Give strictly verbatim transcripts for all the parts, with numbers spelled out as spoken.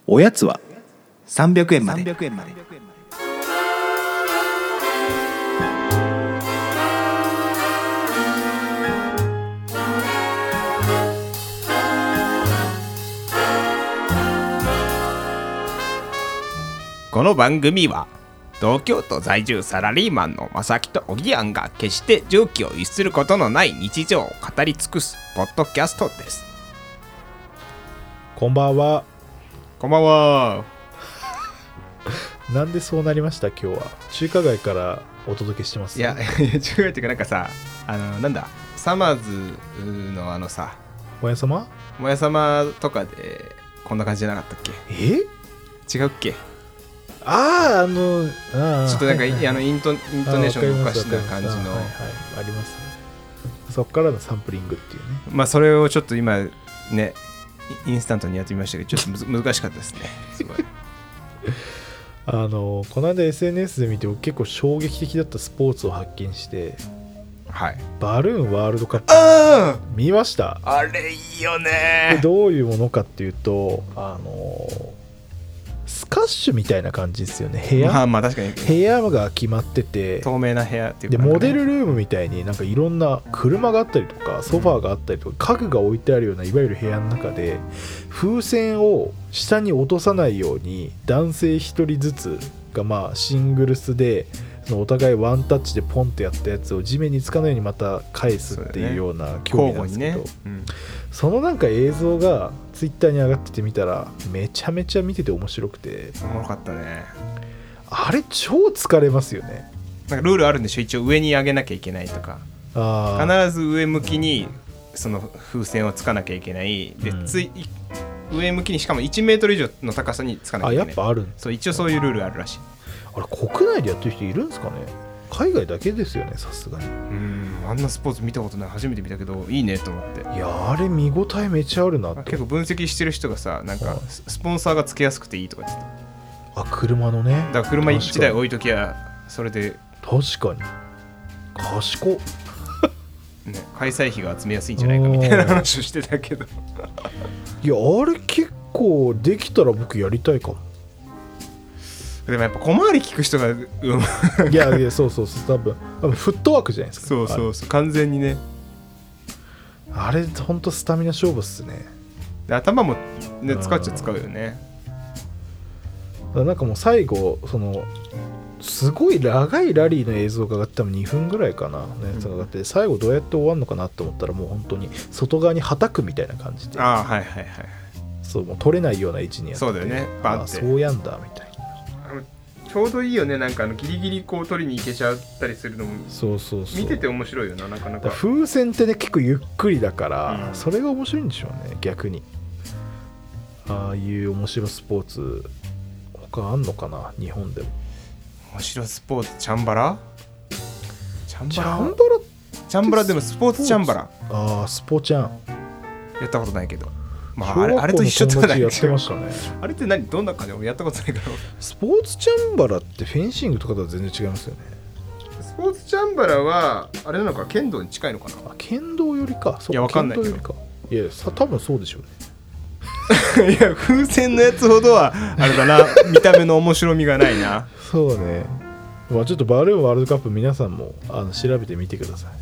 おやつはさんびゃくえんまで。 この番組は東京都在住サラリーマンのまさきとおぎやんが決して常軌を逸することのない日常を語り尽くすポッドキャストです。 こんばんは。 こんばんは。 なんでそうなりました今日は。中華街からお届けしてます、 ね、いや中華街っていうかなんかさ、あのなんだサマーズのあのさもやさまもやさまとかでこんな感じじゃなかったっけ。 え違うっけ。 あああのあちょっとなんか、はいはい、あのイント、イントネーションを動かした感じの あ,、はいはい、 ありますね。そっからのサンプリングっていうね。 まあそれをちょっと今ねインスタントにやってみましたけどちょっと難しかったですね。すごいあのこの間 エスエヌエス で見て結構衝撃的だったスポーツを発見して、 はい、 バルーンワールドカップ見ました。 あれいいよね。 どういうものかっていうとあのスカッシュみたいな感じですよね。部屋、 まあまあ確かに部屋が決まってて透明な部屋っていうか、 でモデルルームみたいになんかいろんな車があったりとかソファーがあったりとか家具が置いてあるようないわゆる部屋の中で風船を下に落とさないように男性ひとりずつがまあシングルスでそのお互いワンタッチでポンってやったやつを地面につかないようにまた返すっていうような競技なんですけど、 交互にね、うん、 そのなんか映像がツイッターに上がっててみたらめちゃめちゃ見てて面白くて、 おもろかったね。 あれ超疲れますよね。 なんかルールあるんでしょ。一応上に上げなきゃいけないとか、あ必ず上向きにその風船をつかなきゃいけないで、うん、つい上向きにしかもいちメートル以上の高さにつかなきゃいけない。 あやっぱあるんそう一応そういうルールあるらしい。 あれ国内でやってる人いるんですかね。海外だけですよねさすがに。 うんあんなスポーツ見たことない。初めて見たけどいいねと思って。 いやあれ見応えめっちゃあるなって。 結構分析してる人がさなんかスポンサーがつけやすくていいとか言ってた。 あ車のね。 だから車いちだい置いときゃそれで確かに賢っね、開催費が集めやすいんじゃないかみたいな話をしてたけどいやあれ結構できたら僕やりたいかも。 でもやっぱ小回り利く人が、うん、 いやいやそうそうそう多分多分フットワークじゃないですか。 そうそうそう完全にね。 あれほんとスタミナ勝負っすね。 で頭も、ね、使っちゃ使うよね。 だなんかもう最後そのすごい長いラリーの映像が上がって多分にふんぐらいかなのやつが上がって、うん、最後どうやって終わるのかなって思ったらもう本当に外側にはたくみたいな感じで、 ああはいはいはい、 そうもう取れないような位置にやって、 そうだよねバンって、 あそうやんだみたいな。 ちょうどいいよね。なんかあのギリギリこう取りに行けちゃったりするのもそうそうそう見てて面白いよな。なかなか風船ってね結構ゆっくりだから、 うん、それが面白いんでしょうね逆に。ああいう面白スポーツ他あんのかな日本でも。 面白スポーツチャンバラチャンバラチャンバラチャンバラでもスポーツチャンバラああスポチャンやったことないけど、まあ、あ, れあれと一緒ってことないけどやってましたね。 あれって何どんな感じでやったことないから。 スポーツチャンバラってフェンシングとかとは全然違いますよね。 スポーツチャンバラはあれなのか剣道に近いのかな。 あ剣道よりか。そういやわかんないけど。 剣道よりかいやさ多分そうでしょうね。 いや風船のやつほどはあれだな見た目の面白みがないな。 そうね、まあ、ちょっとバルーンワールドカップ皆さんもあの調べてみてください。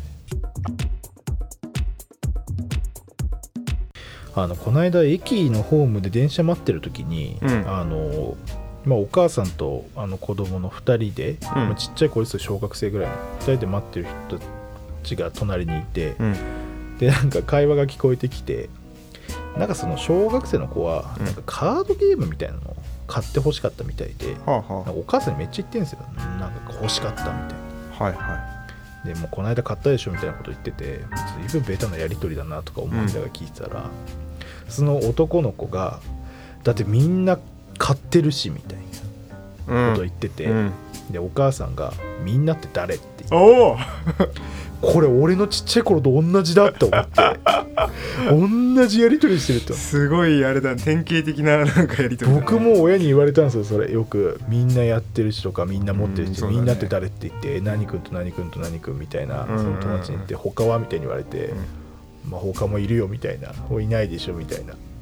あのこの間駅のホームで電車待ってる時に、うん、あのまあ、お母さんとあの子供のふたりで、うんまあ、ちっちゃい子ですよ小学生ぐらいのふたりで待ってる人たちが隣にいて、うん、でなんか会話が聞こえてきてなんかその小学生の子はなんかカードゲームみたいなのを買って欲しかったみたいで、うん、なんかお母さんにめっちゃ言ってるんですよ。なんか欲しかったみたいな。はいはい。でもうこの間買ったでしょみたいなこと言ってて随分ベタなやり取りだなとか思いながら聞いてたら、うん、その男の子がだってみんな買ってるしみたいなことを言ってて、うんうん、でお母さんがみんなって誰って言っておこれ俺のちっちゃい頃と同じだって思って同じやり取りしてると。 すごいあれだ典型的ななんかやり取り、ね、 僕も親に言われたんですよそれよく。みんなやってるしとかみんな持ってるし、うんね、みんなって誰って言って何君と何君と何君みたいな、うんうんうん、その友達に言って他はみたいに言われて、うんまあ、他もいるよみたいな。いないでしょみたいな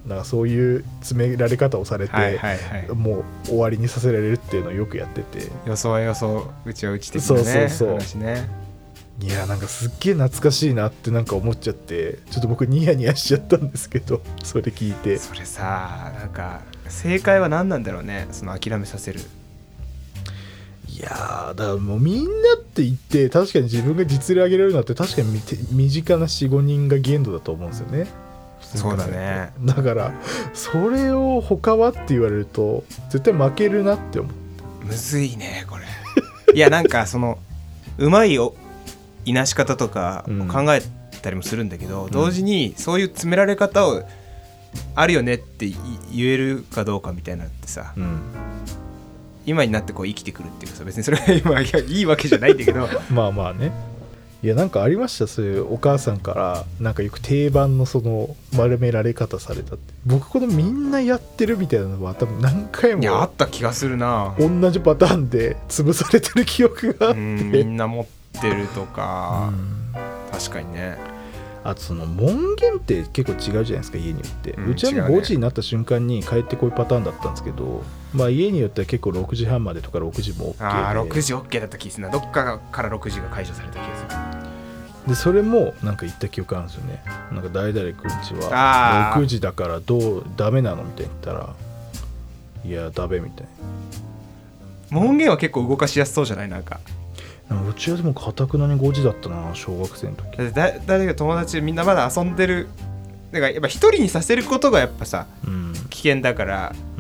なんかそういう詰められ方をされて、はいはいはい、もう終わりにさせられるっていうのをよくやってて、 予想は予想、うちはうち的なね、そうそうそう話ね。 いやなんかすっげえ懐かしいなってなんか思っちゃって、ちょっと僕ニヤニヤしちゃったんですけど、それ聞いて。 それさ、なんか正解は何なんだろうね、その諦めさせる。 いやーだからもうみんなって言って確かに自分が実例上げられるのって確かに身近な よん,ご 人が限度だと思うんですよね。 そうだね。 だからそれを他はって言われると絶対負けるなって思って。 むずいねこれ。いやなんかそのうまいおいなし方とかを考えたりもするんだけど、うん、同時にそういう詰められ方をあるよねって言えるかどうかみたいなってさ、うん、今になってこう生きてくるっていうかさ、別にそれが今いいわけじゃないんだけどまあまあね。いやなんかありました、そういうお母さんからなんかよく定番のその丸められ方されたって。僕このみんなやってるみたいなのは多分何回も、 いやあった気がするな。 同じパターンで潰されてる記憶があって、 うんみんな持ってるとか、うん、確かにね。 あとその門限って結構違うじゃないですか家によって、うん、うちはもうごじになった瞬間に帰ってこいパターンだったんですけど、まあ家によっては結構ろくじはんまでとかろくじも OK で、 ああろくじ OK だった気がするな。どっかからろくじが解除された気がする。 でそれもなんか言った記憶あるんですよね。なんか誰々くんちはろくじだからどうダメなのみたいに言ったら、いやダメみたいな。門限は結構動かしやすそうじゃない？なんかうちはでもかたくなにごじだったな小学生の時。 だ誰か友達みんなまだ遊んでる。だからやっぱ一人にさせることがやっぱさ、うん、危険だから、うん、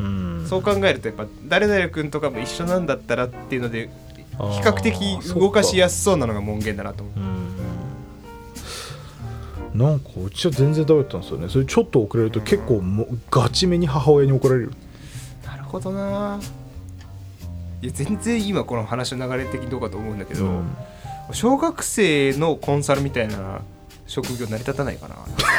そう考えるとやっぱ誰々くんとかも一緒なんだったらっていうので比較的動かしやすそうなのが門限だなと思う。 うん、なんかうちは全然ダメだったんですよね。それちょっと遅れると結構もうガチめに母親に怒られる。 なるほどな。いや全然今この話の流れ的にどうかと思うんだけど、うん、小学生のコンサルみたいな職業成り立たないかな。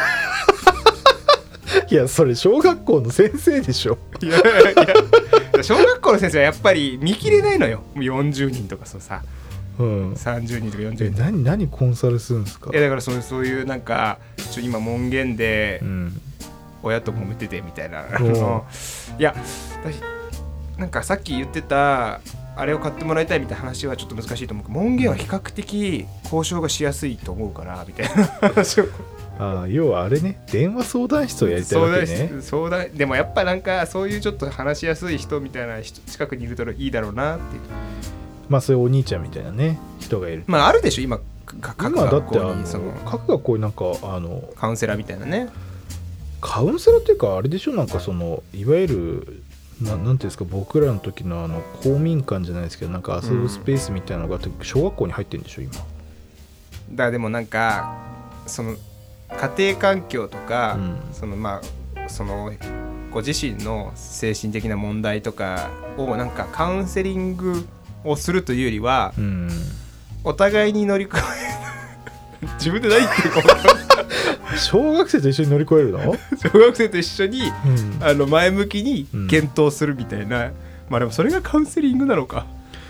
いやそれ小学校の先生でしょ。いやいや小学校の先生はやっぱり見切れないのよ。よんじゅうにんとかそうさ、うん、さんじゅうにんとかよんじゅうにん。 え何何コンサルするんですか？ いやだからそうそういうなんかちょ今門限で親と揉めててみたいな、うん、いやなんかさっき言ってたあれを買ってもらいたいみたいな話はちょっと難しいと思うけど、門限は比較的交渉がしやすいと思うからみたいな話をああ要はあれね、電話相談室をやりたいわけね。 相談相談でもやっぱなんかそういうちょっと話しやすい人みたいな人近くにいるといいだろうなっていう。 まあそういうお兄ちゃんみたいなね人がいる。 まああるでしょ今各学校にその各学校になんかあのカウンセラーみたいなね。 カウンセラーっていうかあれでしょ、なんかそのいわゆるななんていうんですか、僕らの時のあの公民館じゃないですけどなんか遊ぶスペースみたいなのが小学校に入ってるんでしょ今。だからでもなんかその家庭環境とか、うん、そのまあそのご自身の精神的な問題とかをなんかカウンセリングをするというよりは、うん、お互いに乗り越える自分で何言ってるか分かんない小学生と一緒に乗り越えるの？ 小学生と一緒に、うん、あの前向きに検討するみたいな、うん、まあでもそれがカウンセリングなのか。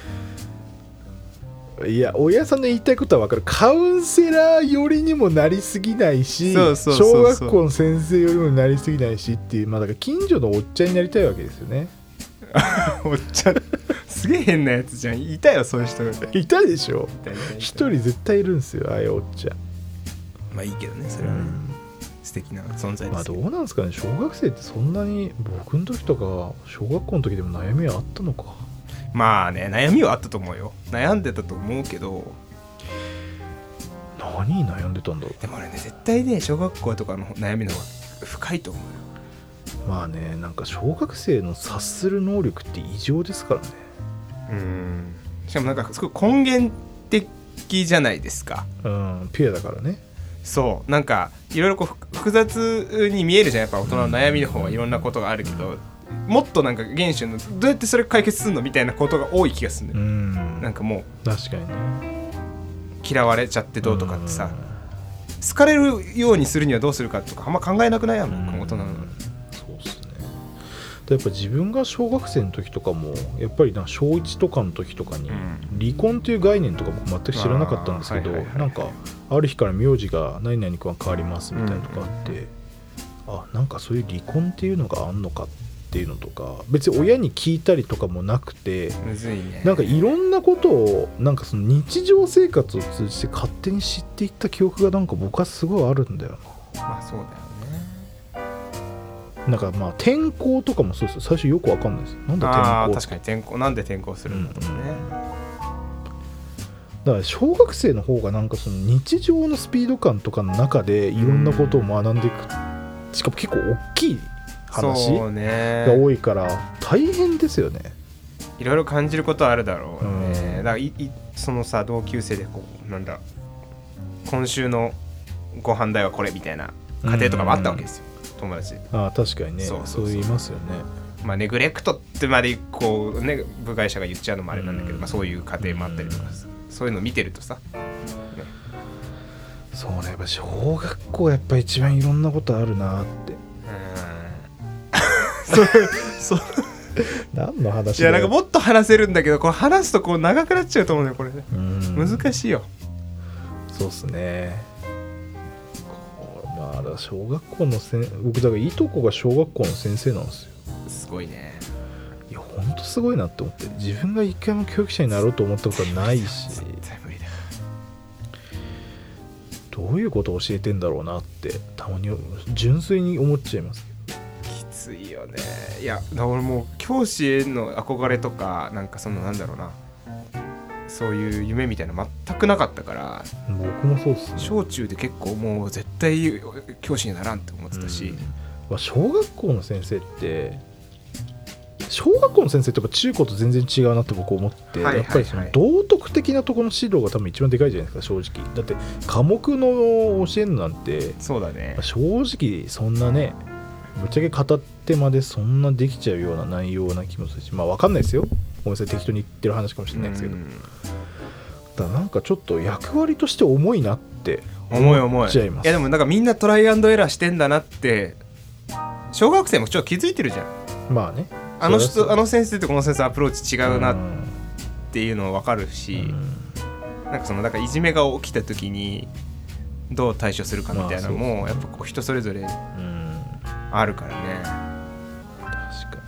いや親さんの言いたいことは分かる。カウンセラー寄りにもなりすぎないし、そうそうそうそう、小学校の先生よりもなりすぎないしっていう、まあ、だから近所のおっちゃんになりたいわけですよね。 おっちゃんすげえ変なやつじゃん。いたよそういう人。 いたでしょ。一人絶対いるんですよああいうおっちゃん。 まあいいけどねそれはね、うん、素敵な存在です。 まあどうなんですかね、小学生ってそんなに僕の時とか小学校の時でも悩みはあったのか。 まあね悩みはあったと思うよ。悩んでたと思うけど。 何に悩んでたんだろう。 でも俺ね絶対ね小学校とかの悩みの方が深いと思うよ。 まあねなんか小学生の察する能力って異常ですからね。 うん。しかもなんかすごい根源的じゃないですか。 うん、ピュアだからね。 そうなんかいろいろこう複雑に見えるじゃん。やっぱ大人の悩みの方はいろんなことがあるけど、うん、もっとなんか原種のどうやってそれ解決するのみたいなことが多い気がするんだよ、うん、なんかもう確かにね嫌われちゃってどうとかってさ、うん、好かれるようにするにはどうするかとかあんま考えなくないやん、うん、大人なの。 そうですね。やっぱ自分が小学生の時とかもやっぱりな小いちとかの時とかに離婚という概念とか僕全く知らなかったんですけど、なんかある日から名字が何々君は変わりますみたいなとかあって、 あなんかそういう離婚っていうのがあんのかっていうのとか、別に親に聞いたりとかもなくて、 むずいね。 なんかいろんなことをなんかその日常生活を通じて勝手に知っていった記憶がなんか僕はすごいあるんだよな。まあそうだよね。 なんかまあ転校とかもそうですよ。最初よくわかんないです。なんで転校。 あ確かに転校、なんで転校するんだろうね、うんうん、 だから小学生の方がなんかその日常のスピード感とかの中でいろんなことを学んでいく、うん、しかも結構大きい話が多いから大変ですよね。 いろいろ感じることあるだろうね、うん、だからいいそのさ同級生でこうなんだ今週のご飯代はこれみたいな家庭とかもあったわけですよ、うん、友達。 ああ確かにね。そうそうそう、そう言いますよね。 まあネグレクトってまでこうね部外者が言っちゃうのもあれなんだけど、うんまあ、そういう家庭もあったりとかさ、うん、そういうの見てるとさ、ね、 そうねやっぱ小学校やっぱ一番いろんなことあるなって。 そう。 何の話いやなんかもっと話せるんだけどこれ話すとこう長くなっちゃうと思うねこれね。難しいよ。 そうっすね。まあ小学校のせん僕だからいとこが小学校の先生なんですよ。 すごいね。 いやほんとすごいなって思って、自分が一回も教育者になろうと思ったことはないし絶対無理だ。 どういうことを教えてんだろうなってたまに純粋に思っちゃいます。 きついよね。いや俺もう教師への憧れとかなんかそのなんだろうなそういう夢みたいなの全くなかったから。 僕もそうっすね。 小中で結構もう絶対教師にならんって思ってたし、 うん、小学校の先生って小学校の先生とか中高と全然違うなって僕思って、はいはいはい、やっぱりその道徳的なところの指導が多分一番でかいじゃないですか正直。だって科目の教えるのなんてそうだね正直そんなねぶっちゃけ片手までそんなできちゃうような内容な気もするし、まあ分かんないですよ、ごめんなさい適当に言ってる話かもしれないですけど、だからなんかちょっと役割として重いなって思っちゃいます。 いやでもなんかみんなトライアンドエラーしてんだなって小学生もちょっと気づいてるじゃん。 まあねあの人あの先生とこの先生アプローチ違うなっていうの分かるし、うん、なんかそのだからいじめが起きた時にどう対処するかみたいなのも、まあ、やっぱこう人それぞれ、うんあるからね。 確か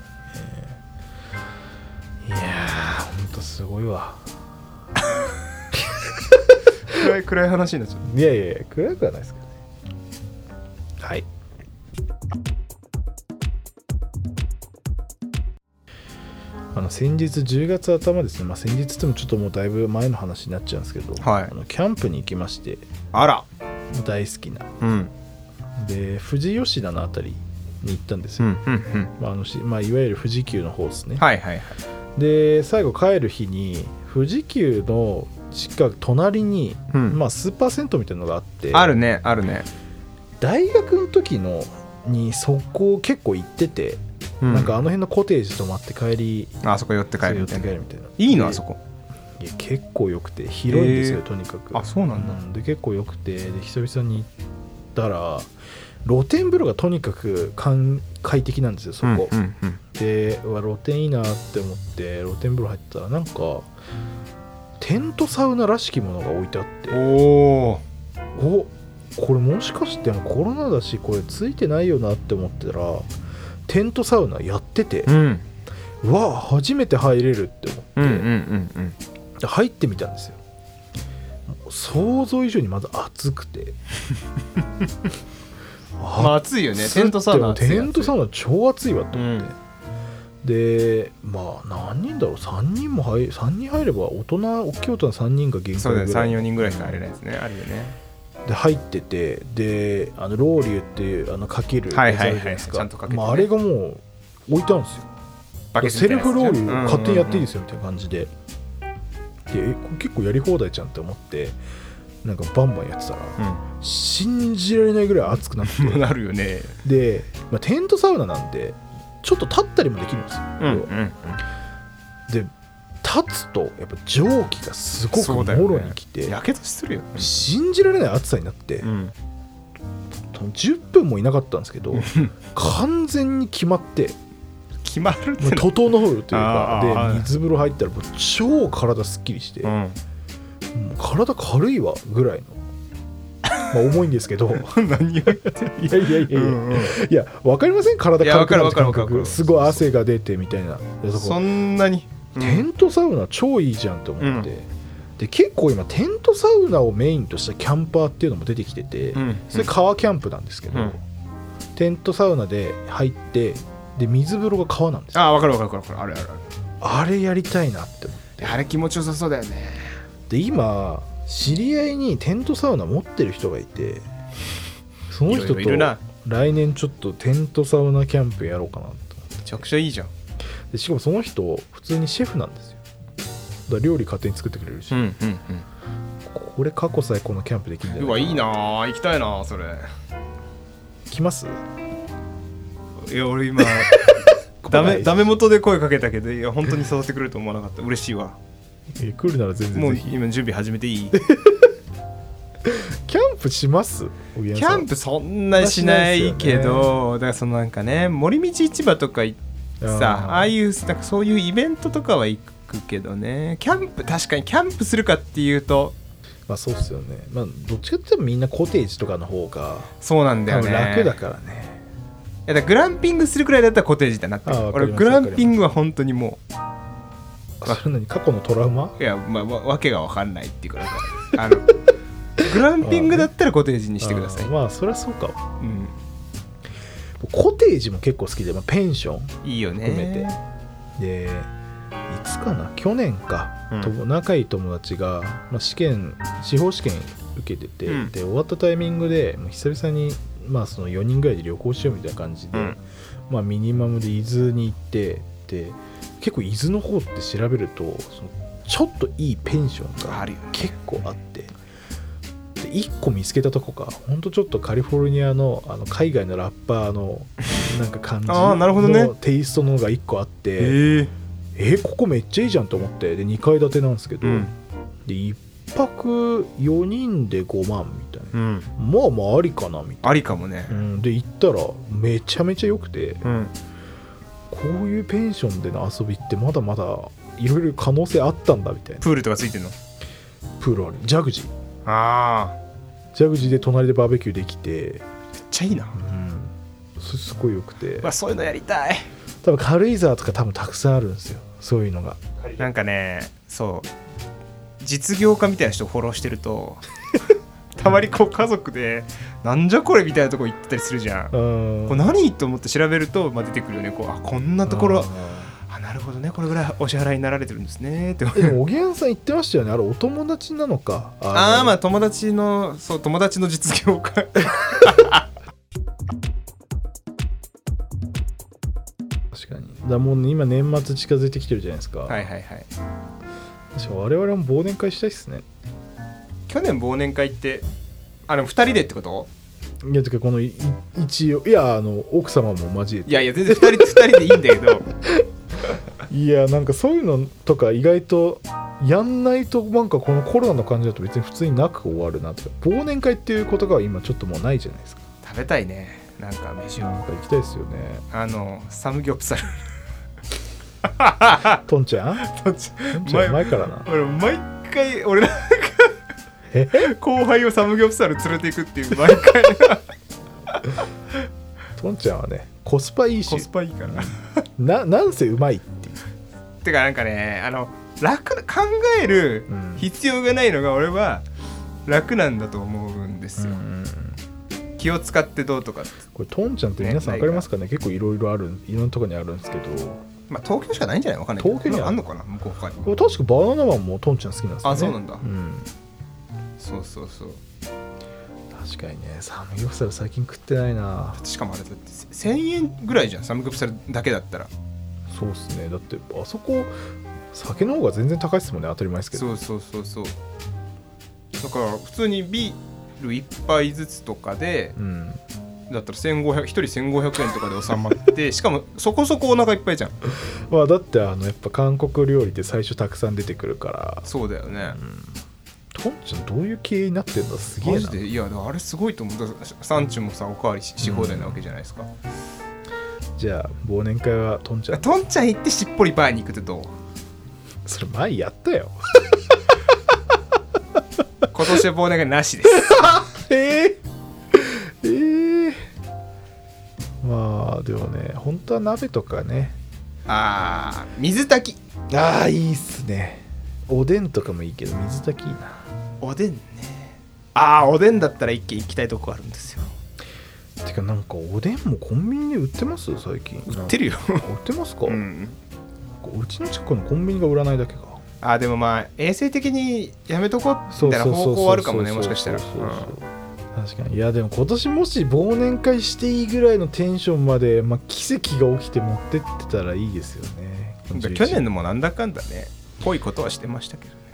にね。いやーほんとすごいわ暗い暗い話になっちゃう。 いやいやいや暗くはないですけどね。はい。あの先日じゅうがつ頭ですね、まあ、先日ってもちょっともうだいぶ前の話になっちゃうんですけど、はい、あのキャンプに行きまして。 あら大好きな、 うん、 で富士吉田のあたりに行ったんですよ、 うんうんうんまああのまあ、いわゆる富士急の方ですね。 はいはいはい。 で最後帰る日に富士急の近く隣に、うんまあ、スーパー銭湯みたいなのがあって。 あるねあるね。 大学の時のにそこ結構行ってて、うん、なんかあの辺のコテージ泊まって帰りあそこ寄って帰るみたいな。 いいのあそこ。 いや結構よくて広いんですよ、えー、とにかく。 あそうなんだ、 うん、で結構よくてで久々に行ったら露天風呂がとにかく快適なんですよそこ、 うんうんうん、 でうわ露天いいなって思って露天風呂入ったらなんかテントサウナらしきものが置いてあって、 おおこれもしかしてコロナだしこれついてないよなって思ってたらテントサウナやってて、うん、うわ初めて入れるって思って、 うんうんうんうん、 で入ってみたんですよ。想像以上にまだ暑くてまあ暑いよね。テントサウナ暑い。 テントサウナ超暑いわと思って、うん、でまあ何人だろうさんにんも入さんにん入れば大人大きい大人さんにんが限界ぐらい。そうだね さん,よ人ぐらいしか入れないですね。あるよね。 で入っててであのロウリュっていうあのかけるやつあるじゃないですか。ちゃんとかけて、ねまあ、あれがもう置いてあるんですよ。セルフロウリュ勝手にやっていいですよみたいな感じで、でえ結構やり放題じゃんって思ってなんかバンバンやってたら、うん、信じられないぐらい暑くなってなるよね。 で、まあ、テントサウナなんでちょっと立ったりもできるんですよ、 うんうんうん、 で立つとやっぱ蒸気がすごくもろにきてやけどするよ、 ね、信じられない暑さになって、うん、じゅっぷんもいなかったんですけど完全に決まって決まるって整うというかで水風呂入ったらもう超体すっきりして、うん、もう体軽いわぐらいのまあ重いんですけど何を言ってるいやいやいやいや、うんうん、いや分かりません体軽くなる感覚すごい汗が出てみたいなそんなに、 うん、テントサウナ超いいじゃんと思って、うん、で結構今テントサウナをメインとしたキャンパーっていうのも出てきてて、うん、それ川キャンプなんですけど、うん、テントサウナで入ってで水風呂が川なんですよ。 ああ分かる分かる分かるあれあれあれやりたいなって思って。 あれ気持ちよさそうだよね。 で今知り合いにテントサウナ持ってる人がいてその人と来年ちょっとテントサウナキャンプやろうかなと思って。 めちゃくちゃいいじゃん。 でしかもその人普通にシェフなんですよ。だから料理勝手に作ってくれるし、うんうんうん、これ過去最高のキャンプできるんじゃないかな。 うわいいな行きたいなそれ。 来ます？ いや俺今ダメダメ元で声かけたけどいや本当に誘ってくれると思わなかった。嬉しいわ。 え来るなら全然もう今準備始めていい？ キャンプします？ キャンプそんなしないけど、ね、だからそのなんかね森道市場とか行ってさ あ, ああいうなんかそういうイベントとかは行くけどね。キャンプ確かにキャンプするかっていうとまあそうっすよね。まあどっちかっていうとみんなコテージとかの方がそうなんだよね楽だからね。 いやだからグランピングするくらいだったらコテージってなってる。俺グランピングは本当にもうそれ何過去のトラウマ？ いやまあわけが分かんないっていうかあのグランピングだったらコテージにしてください。 あまあそりゃそうかも、うん、コテージも結構好きで、まあ、ペンションいいよね含めてでいつかな去年か、うん、仲いい友達が、まあ、試験司法試験受けてて、うん、で終わったタイミングでもう久々にまあそのよにんぐらいで旅行しようみたいな感じで、うんまあ、ミニマムで伊豆に行ってで結構伊豆の方って調べるとそのちょっといいペンションが結構あってでいっこ見つけたとこがほんとちょっとカリフォルニア の, あの海外のラッパーのなんか感じのテイストのがいっこあってえー、えー、ここめっちゃいいじゃんと思ってでにかい建てなんですけど、うん、でいっぱくよにんでごまんみたいな、うん、まあまあありかなみたいなありかもね、 うん、で行ったらめちゃめちゃ良くて、うん、こういうペンションでの遊びってまだまだいろいろ可能性あったんだみたいな。 プールとかついてんの？ プールある。ジャグジー。 ああ。ジャグジーで隣でバーベキューできて。 めっちゃいいな。うん。 それすごい良くて。 まあそういうのやりたい。 多分軽井沢とか多分たくさんあるんですよ。そういうのが。 なんかね、そう実業家みたいな人をフォローしてるとたまにこう家族でなんじゃこれみたいなとこ行ってたりするじゃん。これ何と思って調べると、まあ、出てくるよね。こうあこんなところあなるほどねこれぐらいお支払いになられてるんですねって。 でもおぎやんさん言ってましたよね。あれお友達なのか。 ああまあ友達のそう友達の実業家確かに。だもう、ね、今年末近づいてきてるじゃないですか。 はいはいはい。 確か我々も忘年会したいっすね。 去年忘年会ってあれふたりでってこと？ いやてかこの一応いやあの奥様も交えていやいや全然ふたりふたりでいいんだけどいやなんかそういうのとか意外とやんないとなんかこのコロナの感じだと別に普通になく終わるなとか。忘年会っていうことが今ちょっともうないじゃないですか。 食べたいね。なんか飯をなんか行きたいですよね。 あのサムギョプサルトンちゃんトンちゃん前からな。 俺毎回俺なんか後輩をサムギョプサル連れていくっていう毎回トンちゃんはねコスパいいしコスパいいからななんせうまいっていう。 てかなんかねあの楽考える必要がないのが俺は楽なんだと思うんですよ、うん、気を使ってどうとか。 これトンちゃんって皆さん分かりますかね。結構いろいろあるいろんなところにあるんですけど、 まあ、東京しかないんじゃない？わかんないけど東京にあ, あんのかな向こう他に。 これ確かバナナマンもトンちゃん好きなんですよね。 あそうなんだ、 うん、 そうそうそう確かにね。サムギョプサル最近食ってないな。 しかもあれだってせんえんぐらいじゃんサムギョプサルだけだったら。 そうっすね。だってあそこ酒の方が全然高いですもんね。当たり前ですけど。 そうそうそうそう。だから普通にビールいっぱいずつとかで、うん、だったらせんごひゃくひとりせんごひゃくえんとかで収まってしかもそこそこお腹いっぱいじゃんまあだってあのやっぱ韓国料理って最初たくさん出てくるから。 そうだよね、うん、 トンちゃんどういう経営になってんだ。すげえな。 マジで。いやあれすごいと思う。サンチュもさおかわり し, し放題なわけじゃないですか、うん、 じゃあ忘年会はトンちゃんトンちゃん行ってしっぽりバーに行くってどう？ それ前やったよ今年は忘年会なしですえー、えー、まあでもね本当は鍋とかね、 あー水炊き、 ああいいっすね。おでんとかもいいけど水炊きいいな。 おでんね。ああおでんだったら一軒行きたいとこあるんですよ。 てかなんかおでんもコンビニで売ってます？最近売ってるよ売ってますか？うん、うちの近くのコンビニが売らないだけか。 あでもまあ衛生的にやめとこうみたいな方向あるかもね、もしかしたら。 確かに。いやでも今年もし忘年会していいぐらいのテンションまで、まあ、奇跡が起きて持ってってたらいいですよね。 去年のもなんだかんだねぽいことはしてましたけどね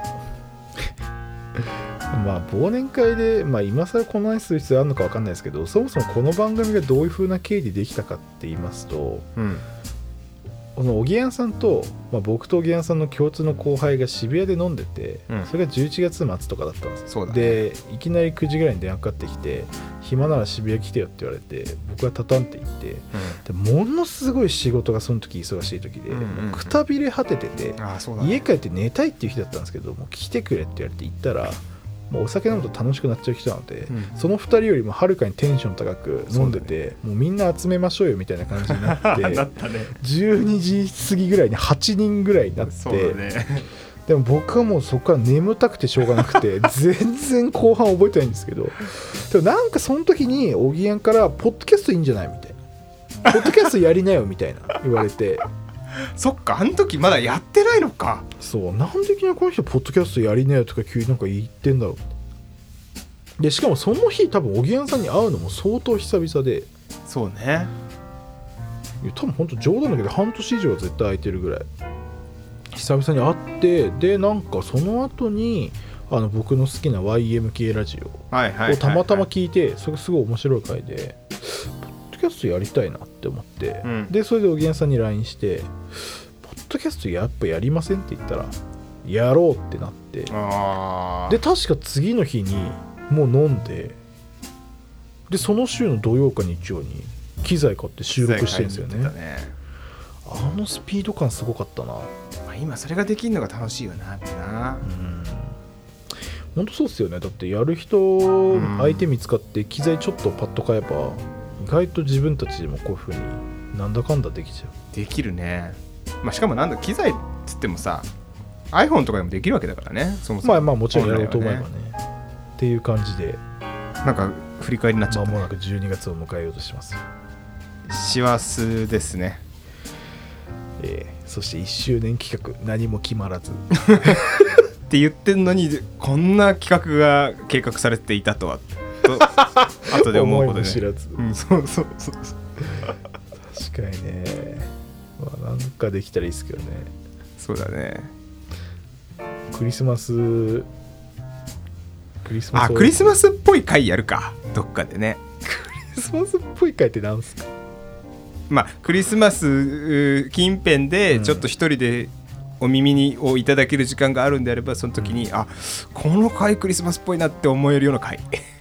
まあ忘年会で、まあ、今更この話する必要あるのか分かんないですけど、そもそもこの番組がどういう風な経緯でできたかって言いますと、うん、このおぎやんさんと、まあ、僕とおぎやんさんの共通の後輩が渋谷で飲んでて、うん、それがじゅういちがつ末とかだったんですよ。そうだね。でいきなりくじぐらいに電話かかってきて、暇なら渋谷来てよって言われて、僕はタタンって行って、うん、でものすごい仕事がその時忙しい時で、うんうんうん、くたびれ果ててて、ああそうだね、家帰って寝たいっていう日だったんですけど、もう来てくれって言われて行ったら、もうお酒飲むと楽しくなっちゃう人なので、うん、そのふたりよりもはるかにテンション高く飲んでて、ね、もうみんな集めましょうよみたいな感じになってなった、ね、じゅうにじ過ぎぐらいにはちにんぐらいになって、そうだね、でも僕はもうそこから眠たくてしょうがなくて全然後半覚えてないんですけど、でもなんかその時におぎやんからポッドキャストいいんじゃないみたいな、ポッドキャストやりなよみたいな言われてそっか、あの時まだやってないのか。 そう、なんで君はこの人ポッドキャストやりなよとか急になんか言ってんだろう。でしかもその日多分おぎやんさんに会うのも相当久々で、 そうね、 いや多分本当冗談だけど半年以上は絶対空いてるぐらい久々に会って、でなんかその後にあの僕の好きな ワイエムケー ラジオをたまたま聞いて、それすごい面白い回でポッドキャストやりたいなって思って、うん、でそれでおぎやんさんに ライン してポッドキャストやっぱやりませんって言ったらやろうってなって、あで確か次の日にもう飲んで、でその週の土曜か日曜に機材買って収録してるんですよ ね, ねあのスピード感すごかったな。 今それができるのが楽しいよなってな。うん、 本当そうっすよね。だってやる人相手見つかって機材ちょっとパッと買えば意外と自分たちでもこういう風になんだかんだできちゃう。 できるね。まあ、しかもなんだ機材っつってもさ iPhone とかでもできるわけだからね。そもそもまあまあもちろんやろうと思えばねっていう感じで、 なんか振り返りになっちゃった、ね、 まもなくじゅうにがつを迎えようとしてます。 師走ですね。 えー、そしていっしゅうねん企画何も決まらずって言ってんのにこんな企画が計画されていたとはと後で思うことで、ね、 思いも知らず、 うん、そうそうそう確かにね、まあ、なんかできたらいいですけどね。 そうだね。 クリスマスクリスマスあクリスマスっぽい回やるかどっかでね。 クリスマスっぽい回ってなんすか。 まあクリスマス近辺でちょっと一人でお耳にをいただける時間があるんであれば、その時に、うん、あこの回クリスマスっぽいなって思えるような回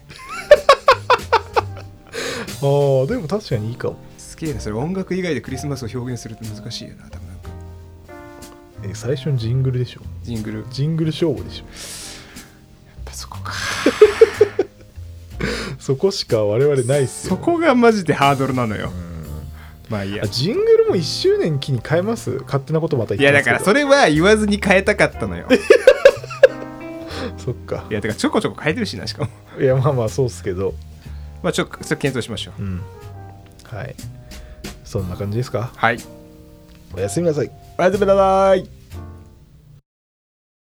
あーでも確かにいいかも。 すげえなそれ。音楽以外でクリスマスを表現するって難しいよな多分。なんかえ最初のジングルでしょ。 ジングルジングル勝負でしょ。やっぱそこかそこしか我々ないっすよ、 ね、そこがマジでハードルなのよ。まあいいや。 ジングルもいっしゅうねん期に変えます。勝手なことまた言ってますけど。 いやだからそれは言わずに変えたかったのよそっか。 いやだからちょこちょこ変えてるしな。しかもいやまあまあそうっすけど、 まあちょっと検討しましょう、うん、 はいそんな感じですか。 はいおやすみなさい。 おやすみなさい。